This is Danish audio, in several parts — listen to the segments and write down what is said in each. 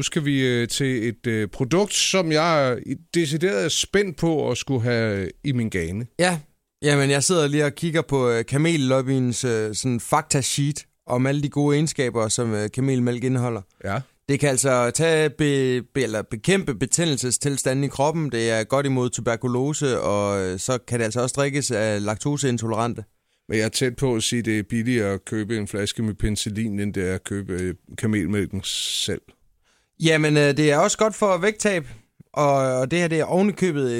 nu skal vi til et produkt, som jeg decideret er spændt på at skulle have i min gane. Ja, jamen jeg sidder lige og kigger på Kamellobbyens sådan faktasheet om alle de gode egenskaber, som kamelmælk indeholder. Ja. Det kan altså bekæmpe betændelsestilstanden i kroppen. Det er godt imod tuberkulose, og så kan det altså også drikkes af laktoseintolerante. Men jeg er tæt på at sige, at det er billigere at købe en flaske med penicillin, end det er at købe kamelmælken selv. Jamen, det er også godt for vægttab, og det her det er ovenikøbet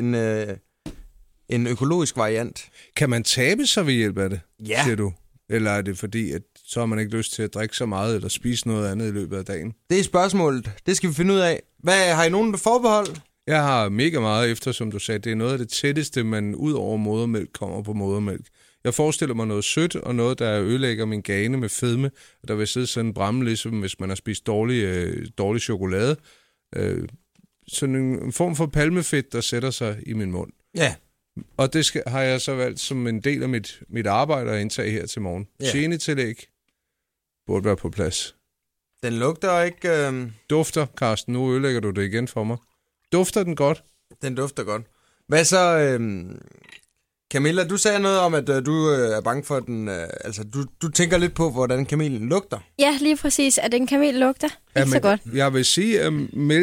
en økologisk variant. Kan man tabe sig ved hjælp af det, siger du? Eller er det fordi, at så har man ikke lyst til at drikke så meget, eller spise noget andet i løbet af dagen? Det er spørgsmålet. Det skal vi finde ud af. Har I nogen forbehold? Jeg har mega meget efter, som du sagde. Det er noget af det tætteste, man ud over modermælk kommer på modermælk. Jeg forestiller mig noget sødt, og noget, der ødelægger min gane med fedme. Der vil sidde sådan en bramme, ligesom hvis man har spist dårlig chokolade. Sådan en form for palmefedt, der sætter sig i min mund. Ja. Og det har jeg så valgt som en del af mit arbejde at indtage her til morgen. Ja. Genetillæg burde være på plads. Den lugter ikke... Dufter, Carsten. Nu ødelægger du det igen for mig. Dufter den godt? Den dufter godt. Hvad så... Camilla, du sagde noget om, at du er bange for den... altså, du tænker lidt på, hvordan kamelen lugter. Ja, lige præcis. At en kamel lugter ikke så godt. Jeg vil sige, at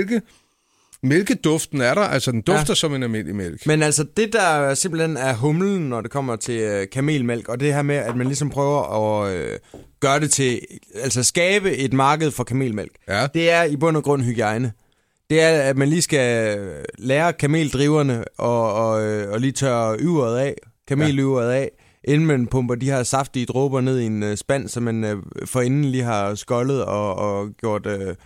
mælkeduften er der. Altså, den dufter som en almindelig mælk. Men altså, det der simpelthen er humlen, når det kommer til kamelmælk, og det her med, at man ligesom prøver at gøre det til... Altså, skabe et marked for kamelmælk. Ja. Det er i bund og grund hygiejne. Det er, at man lige skal lære kameldriverne og lige tørre yveret af, kamelyveret af, inden man pumper de her saftige dråber ned i en spand, som man forinden lige har skoldet og gjort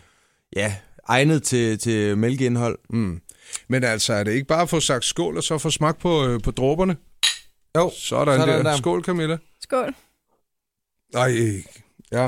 egnet til mælkeindhold. Mm. Men altså, er det ikke bare at få sagt skål, og så få smagt på dråberne? Jo. Sådan der. Skål, Camilla. Skål. Ej, ja.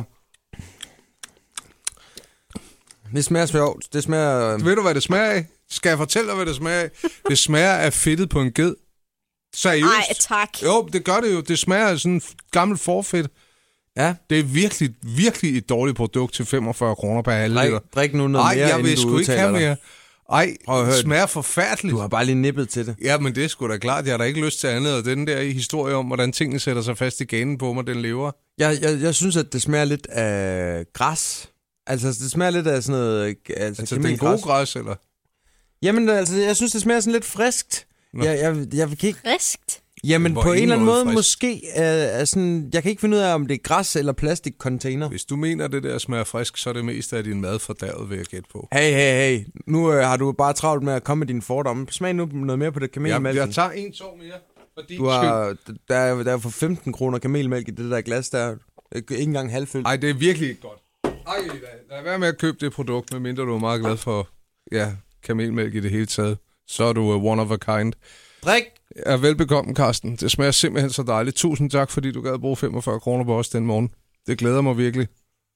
Det smager sjovt. Det smager... Ved du, hvad det smager af? Skal jeg fortælle dig, hvad det smager af? Det smager af fedtet på en ged. Seriøst. Ej, tak. Jo, det gør det jo. Det smager af sådan gammel forfedt. Ja. Det er virkelig, virkelig et dårligt produkt til 45 kroner per halv liter. Drik nu noget mere, jeg vil sgu ikke have mere. Ej, det smager forfærdeligt. Du har bare lige nippet til det. Ja, men det er sgu da klart. Jeg har da ikke lyst til andet. Og den der historie om, hvordan tingene sætter sig fast i ganen på mig, den lever. Jeg synes, at det smager lidt af græs. Altså, det smager lidt af sådan noget... Altså den gode græs, eller? Jamen, altså, jeg synes, det smager sådan lidt friskt. Jeg kan ikke... Friskt? Jamen, på en eller anden måde måske... sådan, jeg kan ikke finde ud af, om det er græs eller plastikcontainer. Hvis du mener, det der smager frisk, så er det mest af din mad fordærvet, vil jeg gætte på. Hey. Nu har du bare travlt med at komme med dine fordomme. Smag nu noget mere på det kamelmælk. Jeg tager en tår mere. Der er for 15 kroner kamelmælk i det der glas der. Ikke engang halvfyldt. Nej, det er virkelig ikke godt. Ej, lad være med at købe det produkt, medmindre du er meget glad for kamelmælk i det hele taget. Så er du one of a kind. Drik! Ja, velbekomme, Carsten. Det smager simpelthen så dejligt. Tusind tak, fordi du gad bruge 45 kroner på os den morgen. Det glæder mig virkelig.